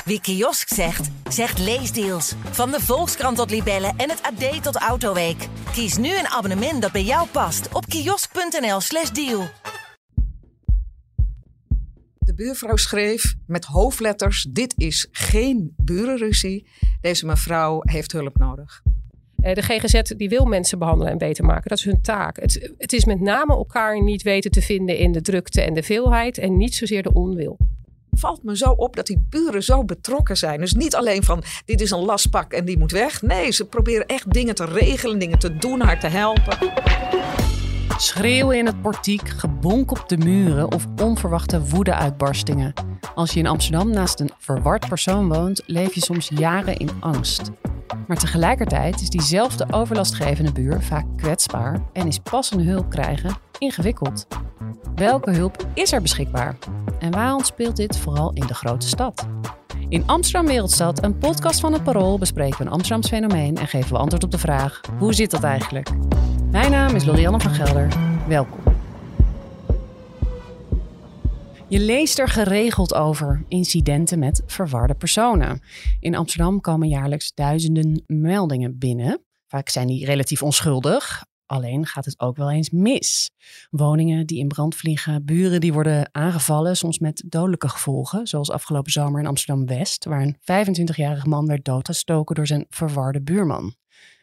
Wie kiosk zegt, zegt leesdeals. Van de Volkskrant tot Libellen en het AD tot Autoweek. Kies nu een abonnement dat bij jou past op kiosk.nl/deal. De buurvrouw schreef met hoofdletters: dit is geen burenruzie. Deze mevrouw heeft hulp nodig. De GGZ die wil mensen behandelen en beter maken. Dat is hun taak. Het is met name elkaar niet weten te vinden in de drukte en de veelheid en niet zozeer de onwil. Valt me zo op dat die buren zo betrokken zijn. Dus niet alleen van dit is een lastpak en die moet weg. Nee, ze proberen echt dingen te regelen, dingen te doen, haar te helpen. Schreeuwen in het portiek, gebonk op de muren of onverwachte woedeuitbarstingen. Als je in Amsterdam naast een verward persoon woont, leef je soms jaren in angst. Maar tegelijkertijd is diezelfde overlastgevende buur vaak kwetsbaar en is passende hulp krijgen ingewikkeld. Welke hulp is er beschikbaar? En waarom speelt dit vooral in de grote stad? In Amsterdam Wereldstad, een podcast van het Parool, bespreken we een Amsterdams fenomeen en geven we antwoord op de vraag: hoe zit dat eigenlijk? Mijn naam is Lorianne van Gelder. Welkom. Je leest er geregeld over incidenten met verwarde personen. In Amsterdam komen jaarlijks duizenden meldingen binnen. Vaak zijn die relatief onschuldig. Alleen gaat het ook wel eens mis. Woningen die in brand vliegen, buren die worden aangevallen, soms met dodelijke gevolgen. Zoals afgelopen zomer in Amsterdam-West, waar een 25-jarige man werd doodgestoken door zijn verwarde buurman.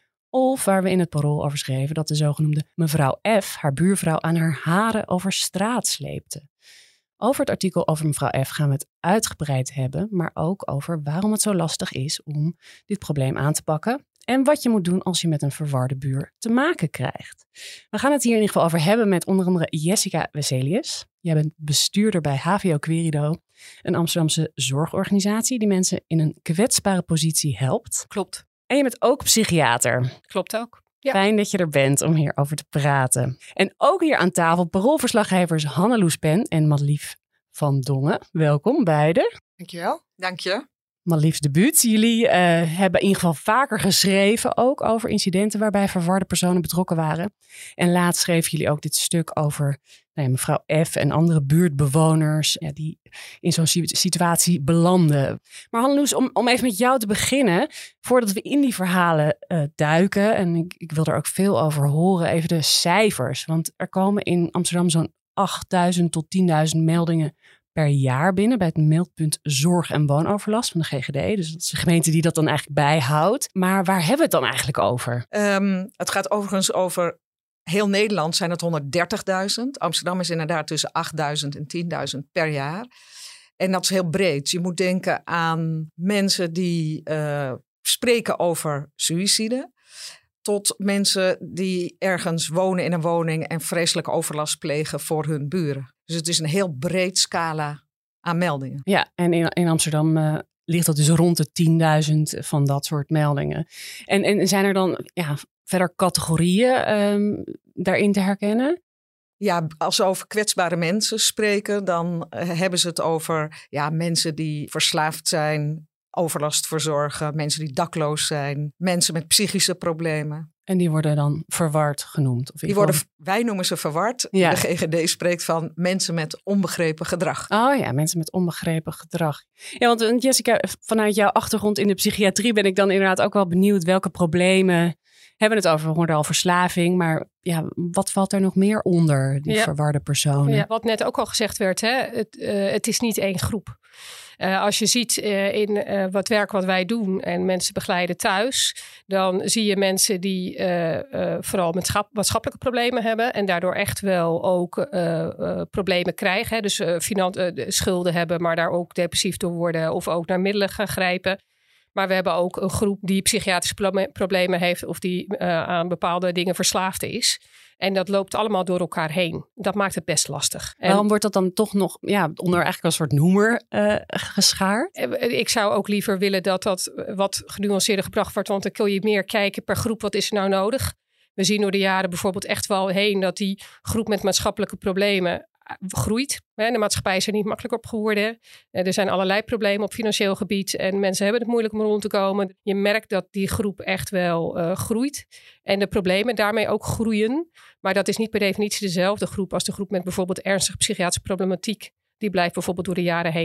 Of waar we in het Parool over schreven dat de zogenoemde mevrouw F. haar buurvrouw aan haar haren over straat sleepte. Over het artikel over mevrouw F. gaan we het uitgebreid hebben, maar ook over waarom het zo lastig is om dit probleem aan te pakken. En wat je moet doen als je met een verwarde buur te maken krijgt. We gaan het hier in ieder geval over hebben met onder andere Jessica Wesselius. Jij bent bestuurder bij HVO Querido, een Amsterdamse zorgorganisatie die mensen in een kwetsbare positie helpt. Klopt. En je bent ook psychiater. Klopt ook. Ja. Fijn dat je er bent om hierover te praten. En ook hier aan tafel Paroolverslaggevers Hanneloes Pen en Madlief van Dongen. Welkom beiden. Dankjewel. Dank je. Madlief's debuut. Jullie hebben in ieder geval vaker geschreven ook over incidenten waarbij verwarde personen betrokken waren. En laatst schreven jullie ook dit stuk over mevrouw F. en andere buurtbewoners die in zo'n situatie belanden. Maar Hanneloes, om even met jou te beginnen, voordat we in die verhalen duiken, en ik wil er ook veel over horen, even de cijfers. Want er komen in Amsterdam zo'n 8.000 tot 10.000 meldingen per jaar binnen bij het meldpunt Zorg en Woonoverlast van de GGD. Dus dat is de gemeente die dat dan eigenlijk bijhoudt. Maar waar hebben we het dan eigenlijk over? Het gaat overigens over heel Nederland zijn het 130.000. Amsterdam is inderdaad tussen 8.000 en 10.000 per jaar. En dat is heel breed. Je moet denken aan mensen die spreken over suïcide, tot mensen die ergens wonen in een woning en vreselijke overlast plegen voor hun buren. Dus het is een heel breed scala aan meldingen. Ja, en in Amsterdam ligt dat dus rond de 10.000 van dat soort meldingen. En zijn er dan verder categorieën daarin te herkennen? Ja, als ze over kwetsbare mensen spreken, dan hebben ze het over mensen die verslaafd zijn, overlast verzorgen, mensen die dakloos zijn, mensen met psychische problemen. En die worden dan verward genoemd? Wij noemen ze verward. Ja. De GGD spreekt van mensen met onbegrepen gedrag. Oh ja, mensen met onbegrepen gedrag. Ja, want Jessica, vanuit jouw achtergrond in de psychiatrie ben ik dan inderdaad ook wel benieuwd welke problemen hebben het over. We hoorden al verslaving, maar wat valt er nog meer onder die verwarde personen? Ja, wat net ook al gezegd werd, het is niet één groep. Als je ziet in wat werk wat wij doen en mensen begeleiden thuis, dan zie je mensen die vooral met maatschappelijke problemen hebben en daardoor echt wel ook problemen krijgen. Hè? Dus schulden hebben, maar daar ook depressief door worden of ook naar middelen gaan grijpen. Maar we hebben ook een groep die psychiatrische problemen heeft of die aan bepaalde dingen verslaafd is. En dat loopt allemaal door elkaar heen. Dat maakt het best lastig. Waarom wordt dat dan toch nog onder eigenlijk een soort noemer geschaard? Ik zou ook liever willen dat wat genuanceerder gebracht wordt. Want dan kun je meer kijken per groep. Wat is er nou nodig? We zien door de jaren bijvoorbeeld echt wel heen dat die groep met maatschappelijke problemen groeit. De maatschappij is er niet makkelijk op geworden. Er zijn allerlei problemen op financieel gebied. En mensen hebben het moeilijk om rond te komen. Je merkt dat die groep echt wel groeit. En de problemen daarmee ook groeien. Maar dat is niet per definitie dezelfde groep als de groep met bijvoorbeeld ernstige psychiatrische problematiek. Die blijft bijvoorbeeld door de jaren heen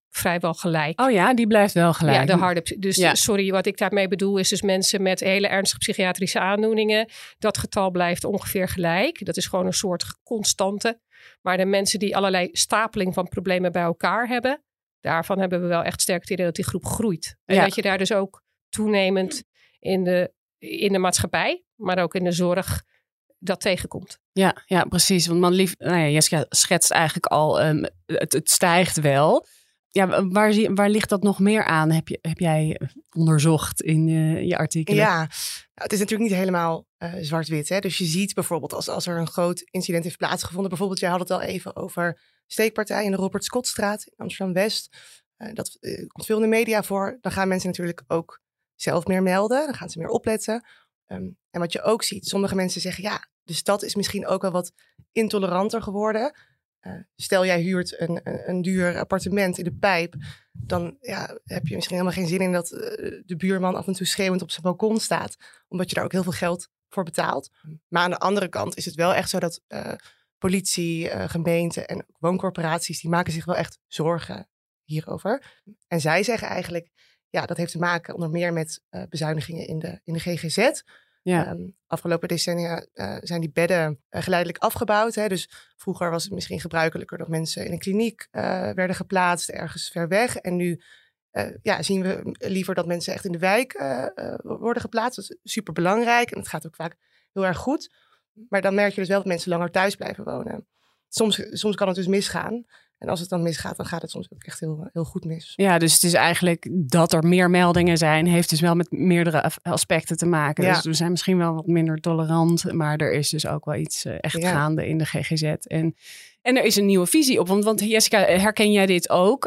vrijwel gelijk. Oh ja, die blijft wel gelijk. Ja, de harde. Dus sorry, wat ik daarmee bedoel is dus mensen met hele ernstige psychiatrische aandoeningen. Dat getal blijft ongeveer gelijk. Dat is gewoon een soort constante. Maar de mensen die allerlei stapeling van problemen bij elkaar hebben, daarvan hebben we wel echt sterk het idee dat die groep groeit. En dat je daar dus ook toenemend in de maatschappij, maar ook in de zorg, dat tegenkomt. Ja, precies. Want Jessica schetst eigenlijk al, het stijgt wel. Ja, waar ligt dat nog meer aan? Heb jij onderzocht in je artikelen? Ja, nou, het is natuurlijk niet helemaal zwart-wit. Hè? Dus je ziet bijvoorbeeld als er een groot incident heeft plaatsgevonden. Bijvoorbeeld, jij had het al even over steekpartij in de Robert Scottstraat in Amsterdam-West. Dat komt veel in de media voor. Dan gaan mensen natuurlijk ook zelf meer melden. Dan gaan ze meer opletten. En wat je ook ziet, sommige mensen zeggen, de stad is misschien ook wel wat intoleranter geworden. Stel jij huurt een duur appartement in de Pijp, dan heb je misschien helemaal geen zin in dat de buurman af en toe schreeuwend op zijn balkon staat, omdat je daar ook heel veel geld voor betaalt. Maar aan de andere kant is het wel echt zo dat politie, gemeenten en wooncorporaties, die maken zich wel echt zorgen hierover. En zij zeggen eigenlijk, dat heeft te maken onder meer met bezuinigingen in de GGZ. Ja. Afgelopen decennia zijn die bedden geleidelijk afgebouwd. Hè? Dus vroeger was het misschien gebruikelijker dat mensen in een kliniek werden geplaatst, ergens ver weg. En nu zien we liever dat mensen echt in de wijk worden geplaatst. Dat is superbelangrijk en het gaat ook vaak heel erg goed. Maar dan merk je dus wel dat mensen langer thuis blijven wonen. Soms kan het dus misgaan. En als het dan misgaat, dan gaat het soms ook echt heel, heel goed mis. Ja, dus het is eigenlijk dat er meer meldingen zijn, heeft dus wel met meerdere aspecten te maken. Ja. Dus we zijn misschien wel wat minder tolerant, maar er is dus ook wel iets echt gaande in de GGZ. En er is een nieuwe visie op. Want Jessica, herken jij dit ook?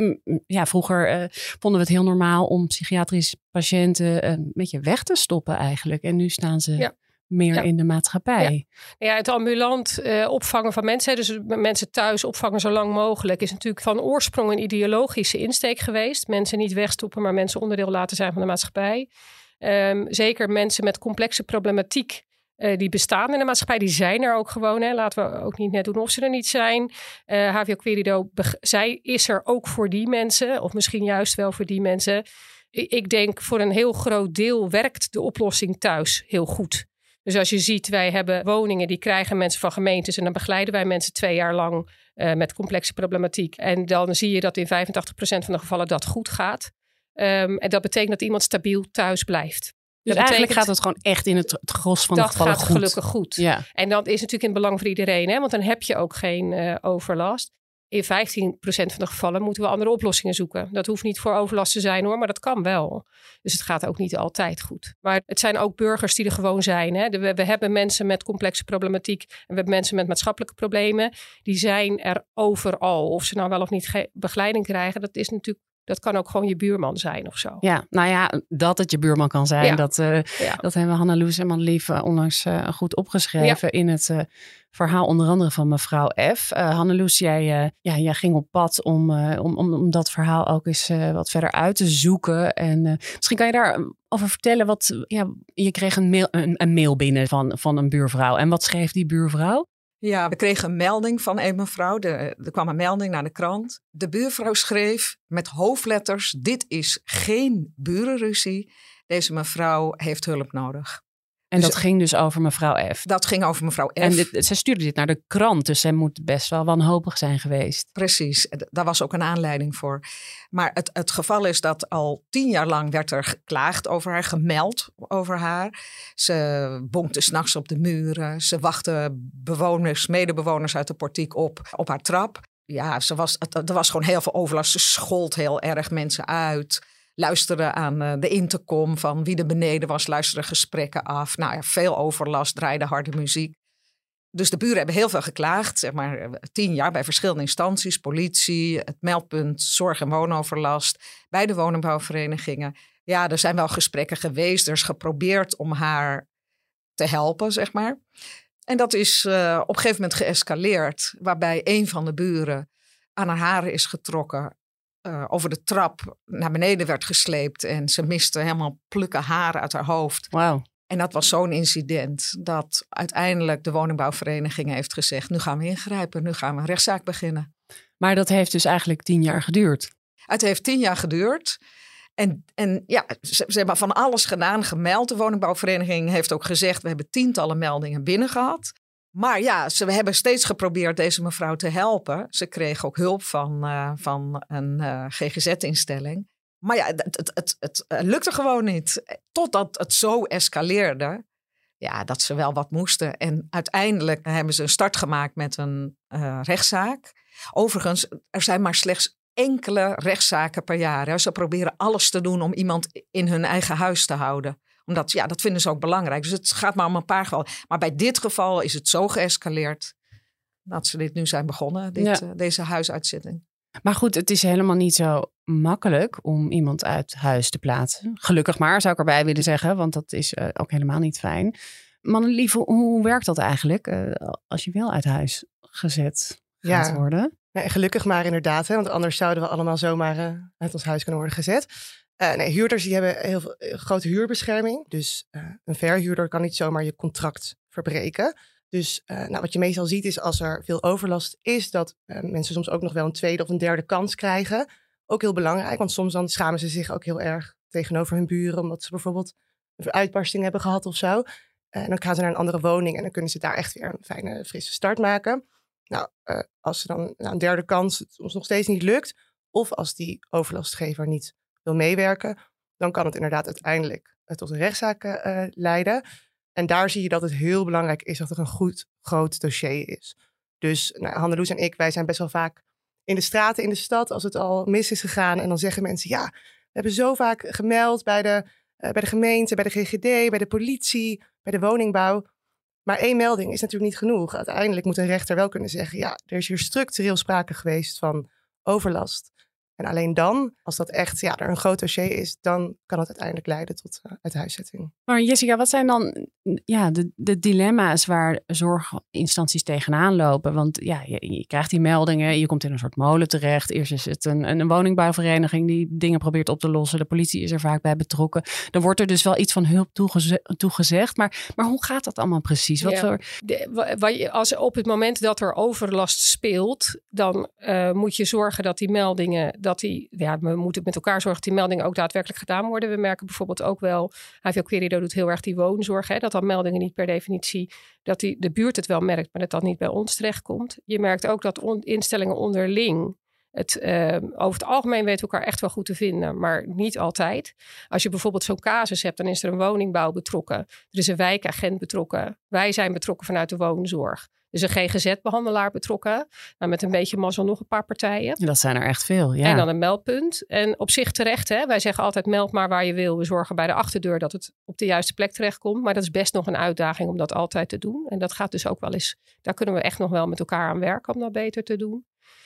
Vroeger vonden we het heel normaal om psychiatrische patiënten een beetje weg te stoppen eigenlijk. En nu staan ze meer in de maatschappij. Ja, het ambulant opvangen van mensen, dus mensen thuis opvangen zo lang mogelijk, is natuurlijk van oorsprong een ideologische insteek geweest. Mensen niet wegstoppen, maar mensen onderdeel laten zijn van de maatschappij. Zeker mensen met complexe problematiek die bestaan in de maatschappij, die zijn er ook gewoon. Hè. Laten we ook niet net doen of ze er niet zijn. HVO Querido, zij is er ook voor die mensen, of misschien juist wel voor die mensen. Ik denk voor een heel groot deel werkt de oplossing thuis heel goed. Dus als je ziet, wij hebben woningen die krijgen mensen van gemeentes en dan begeleiden wij mensen 2 jaar lang met complexe problematiek. En dan zie je dat in 85% van de gevallen dat goed gaat. En dat betekent dat iemand stabiel thuis blijft. Dus eigenlijk gaat het gewoon echt in het gros van de gevallen goed. Dat gaat gelukkig goed. Ja. En dat is natuurlijk in het belang voor iedereen, hè? Want dan heb je ook geen overlast. In 15% van de gevallen moeten we andere oplossingen zoeken. Dat hoeft niet voor overlast te zijn hoor, maar dat kan wel. Dus het gaat ook niet altijd goed. Maar het zijn ook burgers die er gewoon zijn. Hè? We hebben mensen met complexe problematiek en we hebben mensen met maatschappelijke problemen. Die zijn er overal. Of ze nou wel of niet begeleiding krijgen, dat kan ook gewoon je buurman zijn of zo. Ja, nou ja, dat het je buurman kan zijn. Dat hebben Hannelore en Madelief onlangs goed opgeschreven in het verhaal onder andere van mevrouw F. Hannelore, jij ging op pad om dat verhaal ook eens wat verder uit te zoeken. En misschien kan je daarover vertellen. Je kreeg een mail binnen van een buurvrouw. En wat schreef die buurvrouw? Ja, we kregen een melding van een mevrouw. Er kwam een melding naar de krant. De buurvrouw schreef met hoofdletters: dit is geen burenruzie. Deze mevrouw heeft hulp nodig. En dat ging dus over mevrouw F? Dat ging over mevrouw F. En ze stuurde dit naar de krant, dus zij moet best wel wanhopig zijn geweest. Precies, daar was ook een aanleiding voor. Maar het geval is dat al 10 jaar lang werd er geklaagd over haar, gemeld over haar. Ze bonkte 's nachts op de muren. Ze wachtte medebewoners uit de portiek op haar trap. Ja, er was gewoon heel veel overlast. Ze schold heel erg mensen uit. Luisterde aan de intercom van wie er beneden was, luisterde gesprekken af. Nou ja, veel overlast, draaide harde muziek. Dus de buren hebben heel veel geklaagd, zeg maar 10 jaar bij verschillende instanties. Politie, het meldpunt, zorg- en woonoverlast, bij de woningbouwverenigingen. Ja, er zijn wel gesprekken geweest. Er is geprobeerd om haar te helpen, zeg maar. En dat is op een gegeven moment geëscaleerd, waarbij een van de buren aan haar haren is getrokken. Over de trap naar beneden werd gesleept. En ze miste helemaal plukken haren uit haar hoofd. Wauw. En dat was zo'n incident dat uiteindelijk de woningbouwvereniging heeft gezegd: nu gaan we ingrijpen, nu gaan we een rechtszaak beginnen. Maar dat heeft dus eigenlijk 10 jaar geduurd. Het heeft 10 jaar geduurd. En ja, ze hebben van alles gedaan, gemeld. De woningbouwvereniging heeft ook gezegd, we hebben tientallen meldingen binnen gehad. Maar ja, ze hebben steeds geprobeerd deze mevrouw te helpen. Ze kreeg ook hulp van een GGZ-instelling. Maar ja, het lukte gewoon niet. Totdat het zo escaleerde, ja, dat ze wel wat moesten. En uiteindelijk hebben ze een start gemaakt met een rechtszaak. Overigens, er zijn maar slechts enkele rechtszaken per jaar. Hè. Ze proberen alles te doen om iemand in hun eigen huis te houden. Omdat, ja, dat vinden ze ook belangrijk. Dus het gaat maar om een paar gevallen. Maar bij dit geval is het zo geëscaleerd dat ze dit nu zijn begonnen, deze huisuitzitting. Maar goed, het is helemaal niet zo makkelijk om iemand uit huis te plaatsen. Gelukkig maar, zou ik erbij willen zeggen, want dat is ook helemaal niet fijn. Mannelief, hoe werkt dat eigenlijk als je wel uit huis gezet gaat worden? Nee, gelukkig maar inderdaad, hè, want anders zouden we allemaal zomaar uit ons huis kunnen worden gezet. Huurders die hebben heel veel grote huurbescherming. Dus een verhuurder kan niet zomaar je contract verbreken. Dus wat je meestal ziet is als er veel overlast is, dat mensen soms ook nog wel een tweede of een derde kans krijgen. Ook heel belangrijk, want soms dan schamen ze zich ook heel erg tegenover hun buren, omdat ze bijvoorbeeld een uitbarsting hebben gehad of zo. En dan gaan ze naar een andere woning en dan kunnen ze daar echt weer een fijne, frisse start maken. Nou, als ze dan een derde kans het ons nog steeds niet lukt, of als die overlastgever niet wil meewerken, dan kan het inderdaad uiteindelijk tot een rechtszaak leiden. En daar zie je dat het heel belangrijk is dat er een goed groot dossier is. Dus Handeloes en ik, wij zijn best wel vaak in de straten in de stad als het al mis is gegaan. En dan zeggen mensen, ja, we hebben zo vaak gemeld bij de gemeente, bij de GGD, bij de politie, bij de woningbouw. Maar 1 melding is natuurlijk niet genoeg. Uiteindelijk moet een rechter wel kunnen zeggen, ja, er is hier structureel sprake geweest van overlast. En alleen dan, als dat echt er een groot dossier is, dan kan het uiteindelijk leiden tot uithuiszetting. Maar Jessica, wat zijn dan de dilemma's waar zorginstanties tegenaan lopen? Want ja, je krijgt die meldingen, je komt in een soort molen terecht. Eerst is het een woningbouwvereniging die dingen probeert op te lossen. De politie is er vaak bij betrokken. Dan wordt er dus wel iets van hulp toegezegd. Maar hoe gaat dat allemaal precies? Als op het moment dat er overlast speelt, dan moet je zorgen dat die meldingen, we moeten met elkaar zorgen dat die meldingen ook daadwerkelijk gedaan worden. We merken bijvoorbeeld ook wel, HVO Querido doet heel erg die woonzorg, hè, dat dan meldingen niet per definitie, dat de buurt het wel merkt, maar dat dat niet bij ons terechtkomt. Je merkt ook dat instellingen onderling over het algemeen weten we elkaar echt wel goed te vinden, maar niet altijd. Als je bijvoorbeeld zo'n casus hebt, dan is er een woningbouw betrokken. Er is een wijkagent betrokken. Wij zijn betrokken vanuit de woonzorg. Dus een GGZ-behandelaar betrokken. Maar met een beetje mazzel nog een paar partijen. Dat zijn er echt veel, ja. En dan een meldpunt. En op zich terecht, hè. Wij zeggen altijd meld maar waar je wil. We zorgen bij de achterdeur dat het op de juiste plek terechtkomt. Maar dat is best nog een uitdaging om dat altijd te doen. En dat gaat dus ook wel eens, daar kunnen we echt nog wel met elkaar aan werken om dat beter te doen.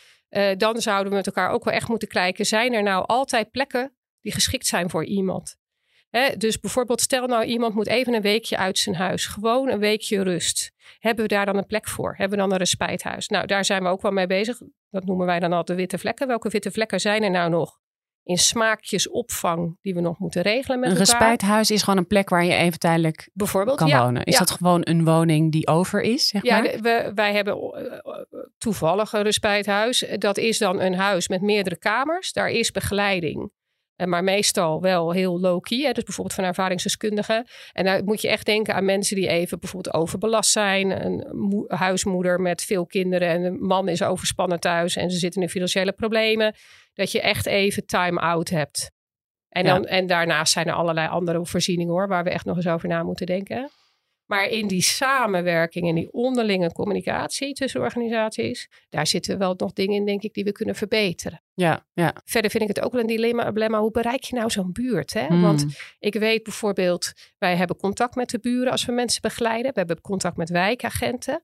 Dan zouden we met elkaar ook wel echt moeten kijken, zijn er nou altijd plekken die geschikt zijn voor iemand? Dus bijvoorbeeld stel nou iemand moet even een weekje uit zijn huis. Gewoon een weekje rust. Hebben we daar dan een plek voor? Hebben we dan een respijthuis? Nou, daar zijn we ook wel mee bezig. Dat noemen wij dan altijd de witte vlekken. Welke witte vlekken zijn er nou nog? In smaakjes opvang die we nog moeten regelen met elkaar. Een respijthuis is gewoon een plek waar je even tijdelijk bijvoorbeeld kan wonen. Is dat gewoon een woning die over is, zeg maar? Ja, wij hebben toevallig een respijthuis. Dat is dan een huis met meerdere kamers. Daar is begeleiding. Maar meestal wel heel low-key. Dus bijvoorbeeld van ervaringsdeskundigen. En daar moet je echt denken aan mensen die even bijvoorbeeld overbelast zijn. Een huismoeder met veel kinderen. En de man is overspannen thuis. En ze zitten in financiële problemen. Dat je echt even time-out hebt. En daarnaast zijn er allerlei andere voorzieningen hoor. Waar we echt nog eens over na moeten denken. Maar in die samenwerking en die onderlinge communicatie tussen organisaties, daar zitten wel nog dingen in, denk ik, die we kunnen verbeteren. Ja. Verder vind ik het ook wel een dilemma. Hoe bereik je nou zo'n buurt? Hè? Want ik weet bijvoorbeeld, wij hebben contact met de buren als we mensen begeleiden. We hebben contact met wijkagenten.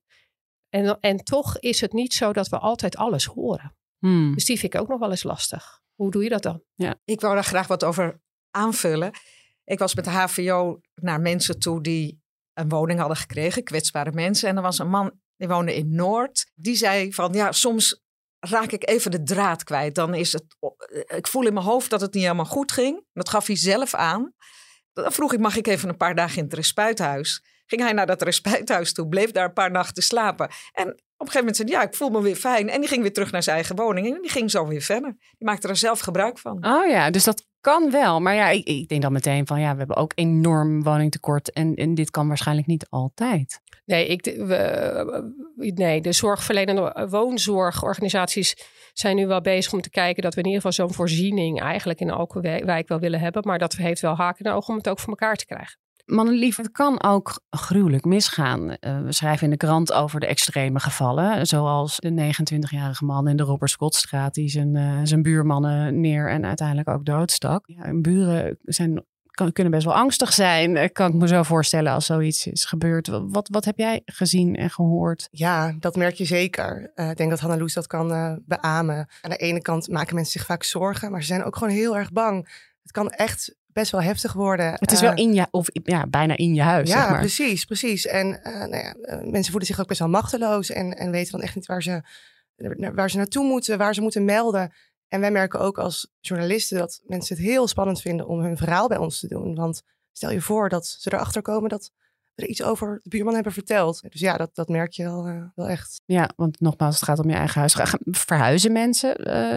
En toch is het niet zo dat we altijd alles horen. Dus die vind ik ook nog wel eens lastig. Hoe doe je dat dan? Ja. Ik wou daar graag wat over aanvullen. Ik was met de HVO naar mensen toe die een woning hadden gekregen, kwetsbare mensen. En er was een man, die woonde in Noord. Die zei van, ja, soms raak ik even de draad kwijt. Dan is het, ik voel in mijn hoofd dat het niet helemaal goed ging. Dat gaf hij zelf aan. Dan vroeg ik, mag ik even een paar dagen in het respijthuis? Ging hij naar dat respijthuis toe, bleef daar een paar nachten slapen. En Op een gegeven moment zei hij, ja, ik voel me weer fijn. En die ging weer terug naar zijn eigen woning. En die ging zo weer verder. Die maakte er zelf gebruik van. Oh ja, dus dat kan wel. Maar ja, ik denk dan meteen van, ja, we hebben ook enorm woningtekort. En dit kan waarschijnlijk niet altijd. Nee, de zorgverlenende woonzorgorganisaties zijn nu wel bezig om te kijken dat we in ieder geval zo'n voorziening eigenlijk in elke wijk wel willen hebben. Maar dat heeft wel haken in de ogen om het ook voor elkaar te krijgen. Mannelief, het kan ook gruwelijk misgaan. We schrijven in de krant over de extreme gevallen. Zoals de 29-jarige man in de Robert Scottstraat die zijn buurmannen neer en uiteindelijk ook doodstak. Ja, buren kunnen best wel angstig zijn, kan ik me zo voorstellen als zoiets is gebeurd. Wat heb jij gezien en gehoord? Ja, dat merk je zeker. Ik denk dat Hannah-Loes dat kan beamen. Aan de ene kant maken mensen zich vaak zorgen, maar ze zijn ook gewoon heel erg bang. Het kan echt best wel heftig worden. Het is wel bijna in je huis. Ja, zeg maar. precies. En mensen voelen zich ook best wel machteloos en weten dan echt niet waar ze naartoe moeten, waar ze moeten melden. En wij merken ook als journalisten dat mensen het heel spannend vinden om hun verhaal bij ons te doen. Want stel je voor dat ze erachter komen dat we er iets over de buurman hebben verteld. Dus ja, dat merk je wel echt. Ja, want nogmaals, het gaat om je eigen huis. Verhuizen mensen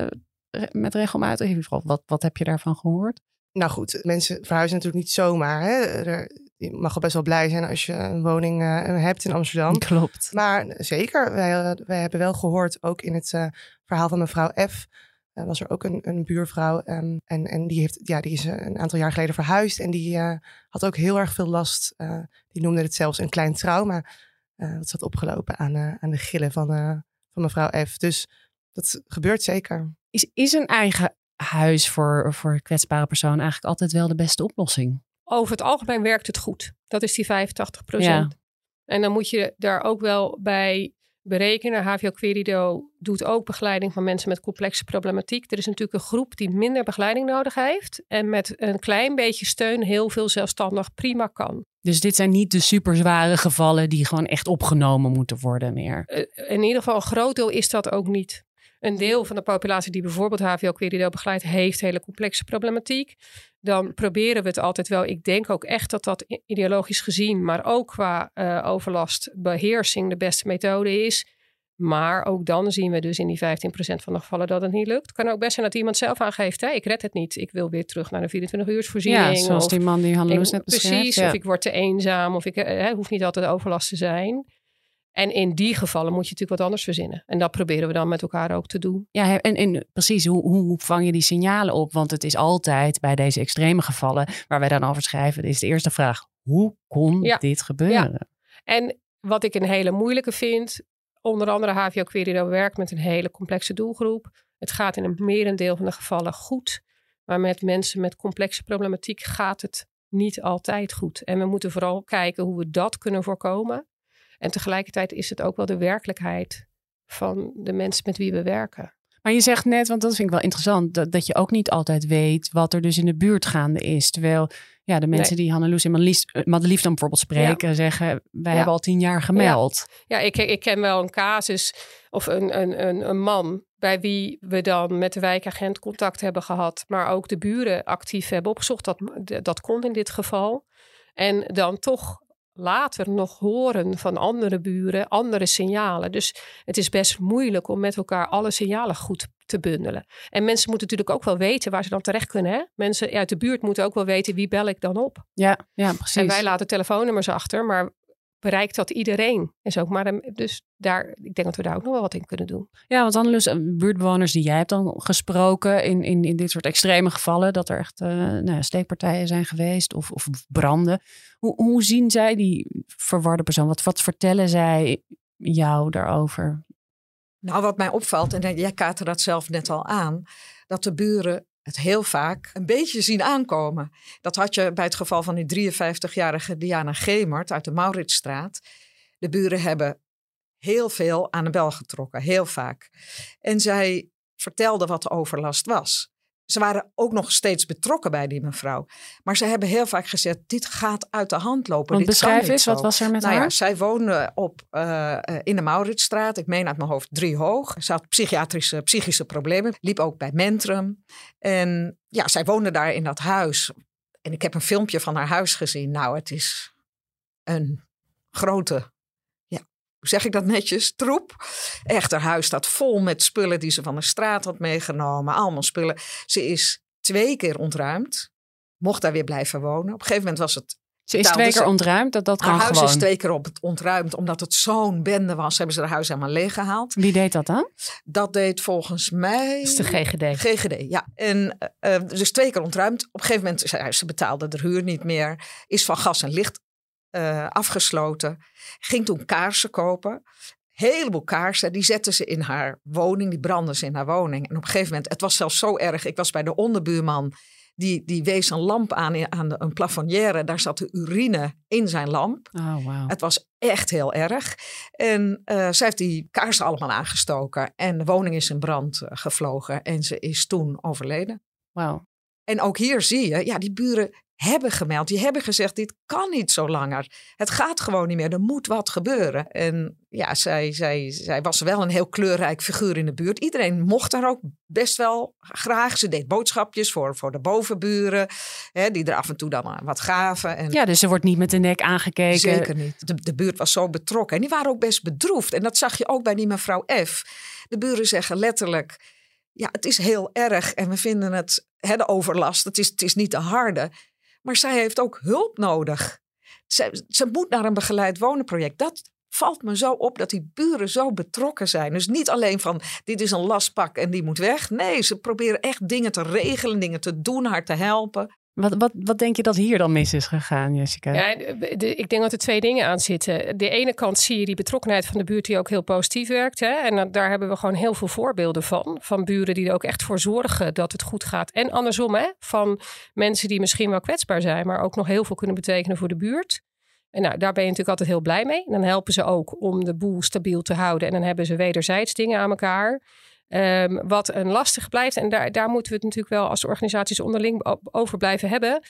met regelmatig? In ieder geval, wat heb je daarvan gehoord? Nou goed, mensen verhuizen natuurlijk niet zomaar. Hè. Je mag al best wel blij zijn als je een woning hebt in Amsterdam. Klopt. Maar zeker, wij hebben wel gehoord, ook in het verhaal van mevrouw F. Was er ook een buurvrouw. En die is een aantal jaar geleden verhuisd. En die had ook heel erg veel last. Die noemde het zelfs een klein trauma. Dat zat opgelopen aan de gillen van mevrouw F. Dus dat gebeurt zeker. Is een eigen huis voor kwetsbare personen eigenlijk altijd wel de beste oplossing? Over het algemeen werkt het goed. Dat is die 85%. Ja. En dan moet je daar ook wel bij berekenen. HVO Querido doet ook begeleiding van mensen met complexe problematiek. Er is natuurlijk een groep die minder begeleiding nodig heeft. En met een klein beetje steun heel veel zelfstandig prima kan. Dus dit zijn niet de superzware gevallen die gewoon echt opgenomen moeten worden meer? In ieder geval een groot deel is dat ook niet. Een deel van de populatie die bijvoorbeeld HVO Querido begeleidt, heeft hele complexe problematiek. Dan proberen we het altijd wel. Ik denk ook echt dat ideologisch gezien, maar ook qua overlastbeheersing de beste methode is. Maar ook dan zien we dus in die 15% van de gevallen dat het niet lukt. Het kan ook best zijn dat iemand zelf aangeeft, ik red het niet. Ik wil weer terug naar de 24-uursvoorziening. Ja, zoals die man die Hannah-Loes net beschreef. Precies, of ik word te eenzaam, of ik hoeft niet altijd overlast te zijn. En in die gevallen moet je natuurlijk wat anders verzinnen. En dat proberen we dan met elkaar ook te doen. Ja, en precies, hoe vang je die signalen op? Want het is altijd bij deze extreme gevallen waar wij dan over schrijven, is de eerste vraag, hoe kon dit gebeuren? Ja. En wat ik een hele moeilijke vind, onder andere HVO Querido werkt met een hele complexe doelgroep. Het gaat in een merendeel van de gevallen goed. Maar met mensen met complexe problematiek gaat het niet altijd goed. En we moeten vooral kijken hoe we dat kunnen voorkomen. En tegelijkertijd is het ook wel de werkelijkheid van de mensen met wie we werken. Maar je zegt net, want dat vind ik wel interessant, dat je ook niet altijd weet wat er dus in de buurt gaande is. Terwijl de mensen die Hannah-Loes en Madelief dan bijvoorbeeld spreken, zeggen, wij hebben al 10 jaar gemeld. Ja, ik ken wel een casus of een man bij wie we dan met de wijkagent contact hebben gehad, maar ook de buren actief hebben opgezocht. Dat kon in dit geval. En dan toch later nog horen van andere buren, andere signalen. Dus het is best moeilijk om met elkaar alle signalen goed te bundelen. En mensen moeten natuurlijk ook wel weten waar ze dan terecht kunnen. Hè? Mensen uit de buurt moeten ook wel weten, wie bel ik dan op? Ja, precies. En wij laten telefoonnummers achter, maar bereikt dat iedereen? Is ook maar dus ik denk dat we daar ook nog wel wat in kunnen doen. Ja, want Hannah-Loes, buurtbewoners die jij hebt dan gesproken in dit soort extreme gevallen, dat er echt steekpartijen zijn geweest of branden. Hoe zien zij die verwarde persoon? Wat vertellen zij jou daarover? Nou, wat mij opvalt, en jij kaartte dat zelf net al aan, dat de buren het heel vaak een beetje zien aankomen. Dat had je bij het geval van die 53-jarige Diana Gemert uit de Mauritsstraat. De buren hebben heel veel aan de bel getrokken, heel vaak. En zij vertelde wat de overlast was. Ze waren ook nog steeds betrokken bij die mevrouw. Maar ze hebben heel vaak gezegd, dit gaat uit de hand lopen. Want beschrijf eens, wat was er met haar? Ja, zij woonde in de Mauritsstraat. Ik meen uit mijn hoofd 3 hoog. Ze had psychische problemen. Liep ook bij Mentrum. En ja, zij woonde daar in dat huis. En ik heb een filmpje van haar huis gezien. Nou, het is een grote hoe zeg ik dat netjes, troep. Echt, haar huis staat vol met spullen die ze van de straat had meegenomen. Allemaal spullen. Ze is 2 keer ontruimd. Mocht daar weer blijven wonen. Op een gegeven moment was het... Ze is 2 keer ontruimd, dat kan haar gewoon. Haar huis is 2 keer ontruimd, omdat het zo'n bende was. Hebben ze haar huis helemaal leeggehaald. Wie deed dat dan? Dat deed volgens mij... Dat is de GGD. GGD, ja. En dus 2 keer ontruimd. Op een gegeven moment, ze betaalde de huur niet meer. Is van gas en licht afgesloten. Ging toen kaarsen kopen. Heleboel kaarsen, die zetten ze in haar woning. Die brandden ze in haar woning. En op een gegeven moment, het was zelfs zo erg. Ik was bij de onderbuurman. Die wees een lamp aan een plafonnière. Daar zat de urine in zijn lamp. Oh, wow. Het was echt heel erg. En zij heeft die kaarsen allemaal aangestoken. En de woning is in brand gevlogen. En ze is toen overleden. Wow. En ook hier zie je, ja, die buren hebben gemeld. Die hebben gezegd, dit kan niet zo langer. Het gaat gewoon niet meer. Er moet wat gebeuren. En ja, zij was wel een heel kleurrijk figuur in de buurt. Iedereen mocht haar ook best wel graag. Ze deed boodschapjes voor de bovenburen. Die er af en toe dan wat gaven. En Ja, dus ze wordt niet met de nek aangekeken. zeker niet. De buurt was zo betrokken. En die waren ook best bedroefd. En dat zag je ook bij die mevrouw F. De buren zeggen letterlijk, ja, het is heel erg. En we vinden het, de overlast, het is niet de harde. Maar zij heeft ook hulp nodig. Ze moet naar een begeleid wonenproject. Dat valt me zo op dat die buren zo betrokken zijn. Dus niet alleen van dit is een lastpak en die moet weg. Nee, ze proberen echt dingen te regelen, dingen te doen, haar te helpen. Wat denk je dat hier dan mis is gegaan, Jessica? Ja, ik denk dat er 2 dingen aan zitten. De ene kant zie je die betrokkenheid van de buurt die ook heel positief werkt. Hè? En daar hebben we gewoon heel veel voorbeelden van. Van buren die er ook echt voor zorgen dat het goed gaat. En andersom, hè? Van mensen die misschien wel kwetsbaar zijn, maar ook nog heel veel kunnen betekenen voor de buurt. En nou, daar ben je natuurlijk altijd heel blij mee. Dan helpen ze ook om de boel stabiel te houden. En dan hebben ze wederzijds dingen aan elkaar. Wat een lastig blijft. En daar moeten we het natuurlijk wel als organisaties onderling over blijven hebben.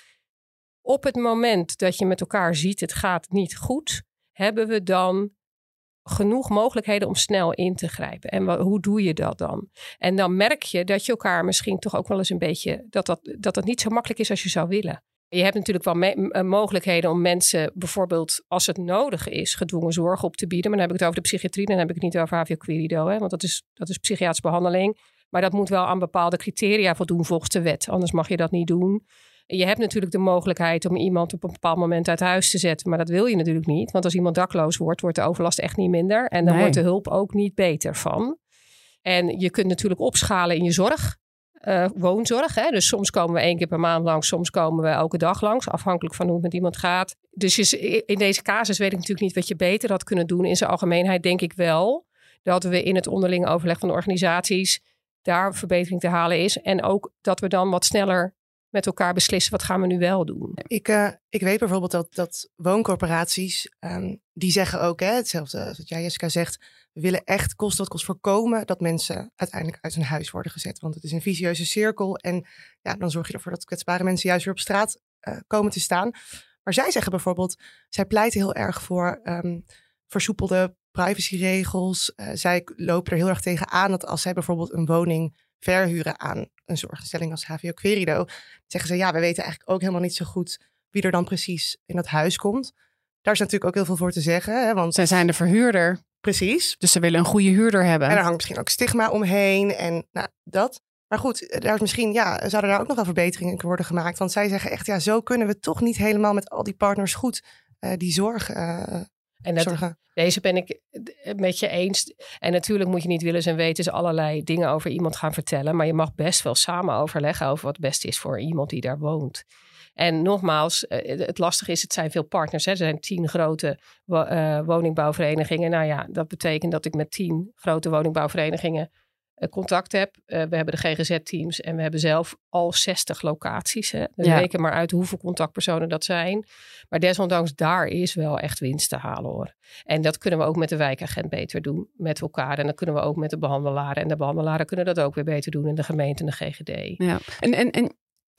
Op het moment dat je met elkaar ziet, het gaat niet goed, hebben we dan genoeg mogelijkheden om snel in te grijpen. En hoe doe je dat dan? En dan merk je dat je elkaar misschien toch ook wel eens een beetje, dat niet zo makkelijk is als je zou willen. Je hebt natuurlijk wel mogelijkheden om mensen bijvoorbeeld, als het nodig is, gedwongen zorg op te bieden. Maar dan heb ik het over de psychiatrie, dan heb ik het niet over HVO Querido. Want dat is psychiatrische behandeling. Maar dat moet wel aan bepaalde criteria voldoen volgens de wet. Anders mag je dat niet doen. Je hebt natuurlijk de mogelijkheid om iemand op een bepaald moment uit huis te zetten. Maar dat wil je natuurlijk niet. Want als iemand dakloos wordt de overlast echt niet minder. En dan wordt de hulp ook niet beter van. En je kunt natuurlijk opschalen in je zorg. Woonzorg. Hè? Dus soms komen we 1 keer per maand langs. Soms komen we elke dag langs. Afhankelijk van hoe het met iemand gaat. Dus in deze casus weet ik natuurlijk niet wat je beter had kunnen doen. In zijn algemeenheid denk ik wel dat we in het onderlinge overleg van de organisaties daar verbetering te halen is. En ook dat we dan wat sneller met elkaar beslissen, wat gaan we nu wel doen? Ik weet bijvoorbeeld dat wooncorporaties, die zeggen ook hetzelfde als wat jij, Jessica, zegt. We willen echt kost wat kost voorkomen dat mensen uiteindelijk uit hun huis worden gezet. Want het is een vicieuze cirkel. En ja, dan zorg je ervoor dat kwetsbare mensen juist weer op straat komen te staan. Maar zij zeggen bijvoorbeeld, zij pleiten heel erg voor versoepelde privacyregels. Zij lopen er heel erg tegen aan dat als zij bijvoorbeeld een woning verhuren aan een zorginstelling als HVO Querido, zeggen ze, ja, we weten eigenlijk ook helemaal niet zo goed wie er dan precies in dat huis komt. Daar is natuurlijk ook heel veel voor te zeggen. Hè, want zij zijn de verhuurder. Precies. Dus ze willen een goede huurder hebben. En er hangt misschien ook stigma omheen en dat. Maar goed, daar is misschien, zouden daar ook nog wel verbeteringen in worden gemaakt. Want zij zeggen echt, zo kunnen we toch niet helemaal met al die partners goed die zorg zorgen. Deze ben ik met je eens. En natuurlijk moet je niet willens en wetens allerlei dingen over iemand gaan vertellen. Maar je mag best wel samen overleggen over wat het beste is voor iemand die daar woont. En nogmaals, het lastige is, het zijn veel partners. Hè. Er zijn 10 grote woningbouwverenigingen. Nou ja, dat betekent dat ik met 10 grote woningbouwverenigingen contact heb. We hebben de GGZ-teams en we hebben zelf al 60 locaties. Hè. Dus reken maar uit hoeveel contactpersonen dat zijn. Maar desondanks, daar is wel echt winst te halen, hoor. En dat kunnen we ook met de wijkagent beter doen met elkaar. En dat kunnen we ook met de behandelaren. En de behandelaren kunnen dat ook weer beter doen in de gemeente en de GGD. Ja. En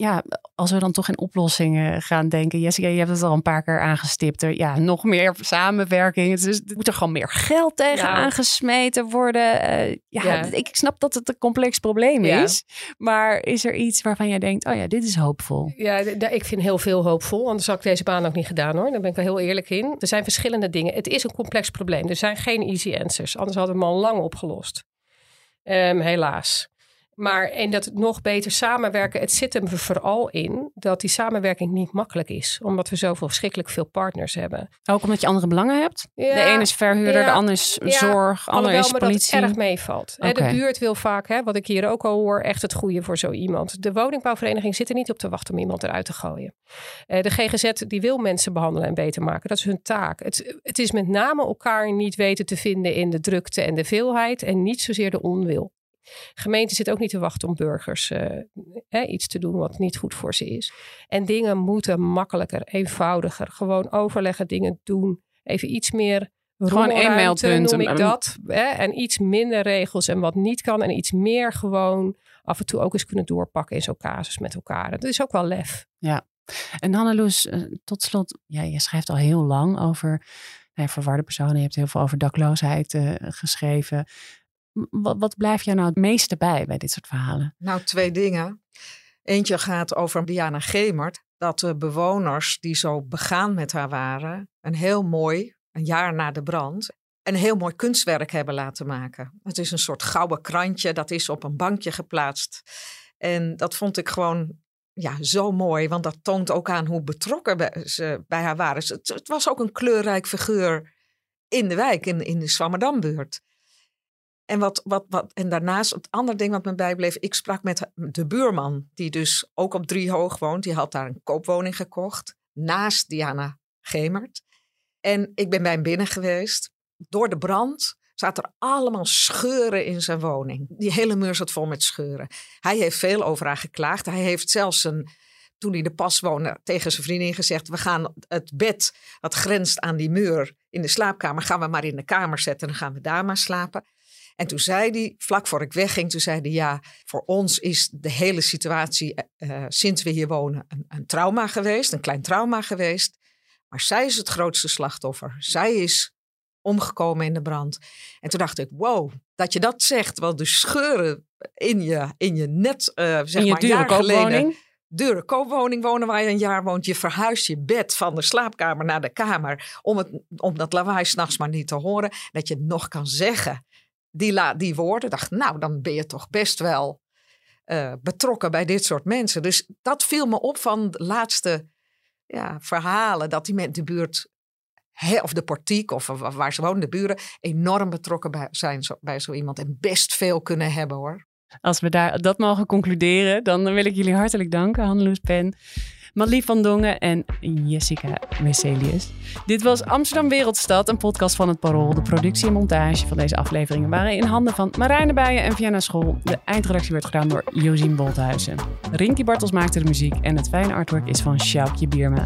als we dan toch in oplossingen gaan denken. Jessica, je hebt het al een paar keer aangestipt. Nog meer samenwerking. Dus er moet er gewoon meer geld tegen aangesmeten worden. Ik snap dat het een complex probleem is. Maar is er iets waarvan jij denkt, dit is hoopvol? Ja, ik vind heel veel hoopvol. Anders had ik deze baan ook niet gedaan hoor. Daar ben ik wel heel eerlijk in. Er zijn verschillende dingen. Het is een complex probleem. Er zijn geen easy answers. Anders hadden we hem al lang opgelost. Helaas. Maar in dat nog beter samenwerken, het zit hem vooral in dat die samenwerking niet makkelijk is. Omdat we zoveel verschrikkelijk veel partners hebben. Ook omdat je andere belangen hebt? Ja, de ene is verhuurder, de ander is zorg, de ander is politie. Dat het erg meevalt. Okay. De buurt wil vaak, wat ik hier ook al hoor, echt het goede voor zo iemand. De woningbouwvereniging zit er niet op te wachten om iemand eruit te gooien. De GGZ die wil mensen behandelen en beter maken. Dat is hun taak. Het is met name elkaar niet weten te vinden in de drukte en de veelheid en niet zozeer de onwil. Gemeente zit ook niet te wachten om burgers iets te doen wat niet goed voor ze is. En dingen moeten makkelijker, eenvoudiger. Gewoon overleggen, dingen doen. Even iets meer rommelruimte noem ik dat. En iets minder regels en wat niet kan. En iets meer gewoon af en toe ook eens kunnen doorpakken in zo'n casus met elkaar. Dat is ook wel lef. Ja. En Hanneloes, tot slot. Je schrijft al heel lang over verwarde personen. Je hebt heel veel over dakloosheid geschreven. Wat blijft jou nou het meeste bij dit soort verhalen? Nou, 2 dingen. Eentje gaat over Diana Gemert. Dat de bewoners die zo begaan met haar waren, een jaar na de brand, een heel mooi kunstwerk hebben laten maken. Het is een soort gouden krantje, dat is op een bankje geplaatst. En dat vond ik gewoon zo mooi, want dat toont ook aan hoe betrokken ze bij haar waren. Het was ook een kleurrijk figuur in de wijk, in de Zwammerdambuurt. En daarnaast, het andere ding wat me bijbleef, ik sprak met de buurman, die dus ook op Driehoog woont. Die had daar een koopwoning gekocht, naast Diana Gemert. En ik ben bij hem binnen geweest. Door de brand zaten er allemaal scheuren in zijn woning. Die hele muur zat vol met scheuren. Hij heeft veel over haar geklaagd. Hij heeft zelfs toen hij de pas woonde, tegen zijn vriendin gezegd, we gaan het bed dat grenst aan die muur in de slaapkamer, gaan we maar in de kamer zetten en dan gaan we daar maar slapen. En toen zei hij, vlak voor ik wegging, toen zei hij, voor ons is de hele situatie sinds we hier wonen een trauma geweest, een klein trauma geweest. Maar zij is het grootste slachtoffer. Zij is omgekomen in de brand. En toen dacht ik, wow, dat je dat zegt. Wel de scheuren in je net, zeg maar, dure koopwoning. Dure koopwoning wonen waar je een jaar woont. Je verhuist je bed van de slaapkamer naar de kamer om dat lawaai 's nachts maar niet te horen. Dat je het nog kan zeggen. Die woorden, dacht, nou, dan ben je toch best wel betrokken bij dit soort mensen. Dus dat viel me op van de laatste verhalen, dat die met de buurt, of de portiek, of waar ze wonen, de buren, enorm betrokken zijn bij zo iemand en best veel kunnen hebben, hoor. Als we dat mogen concluderen, dan wil ik jullie hartelijk danken, Hanneloes Pen, Madelief van Dongen en Jessica Wesselius. Dit was Amsterdam Wereldstad, een podcast van het Parool. De productie en montage van deze afleveringen waren in handen van Marijne Bijen en Vienna School. De eindredactie werd gedaan door Josien Bolthuizen. Rinky Bartels maakte de muziek en het fijne artwork is van Sjoukje Bierma.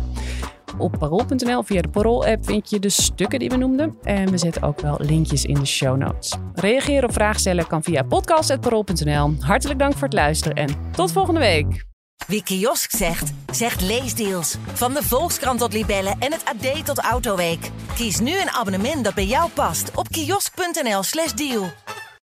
Op parool.nl via de Parool-app vind je de stukken die we noemden. En we zetten ook wel linkjes in de show notes. Reageren of vragen stellen kan via podcast@parool.nl. Hartelijk dank voor het luisteren en tot volgende week. Wie kiosk zegt, zegt leesdeals. Van de Volkskrant tot Libellen en het AD tot Autoweek. Kies nu een abonnement dat bij jou past op kiosk.nl/deal.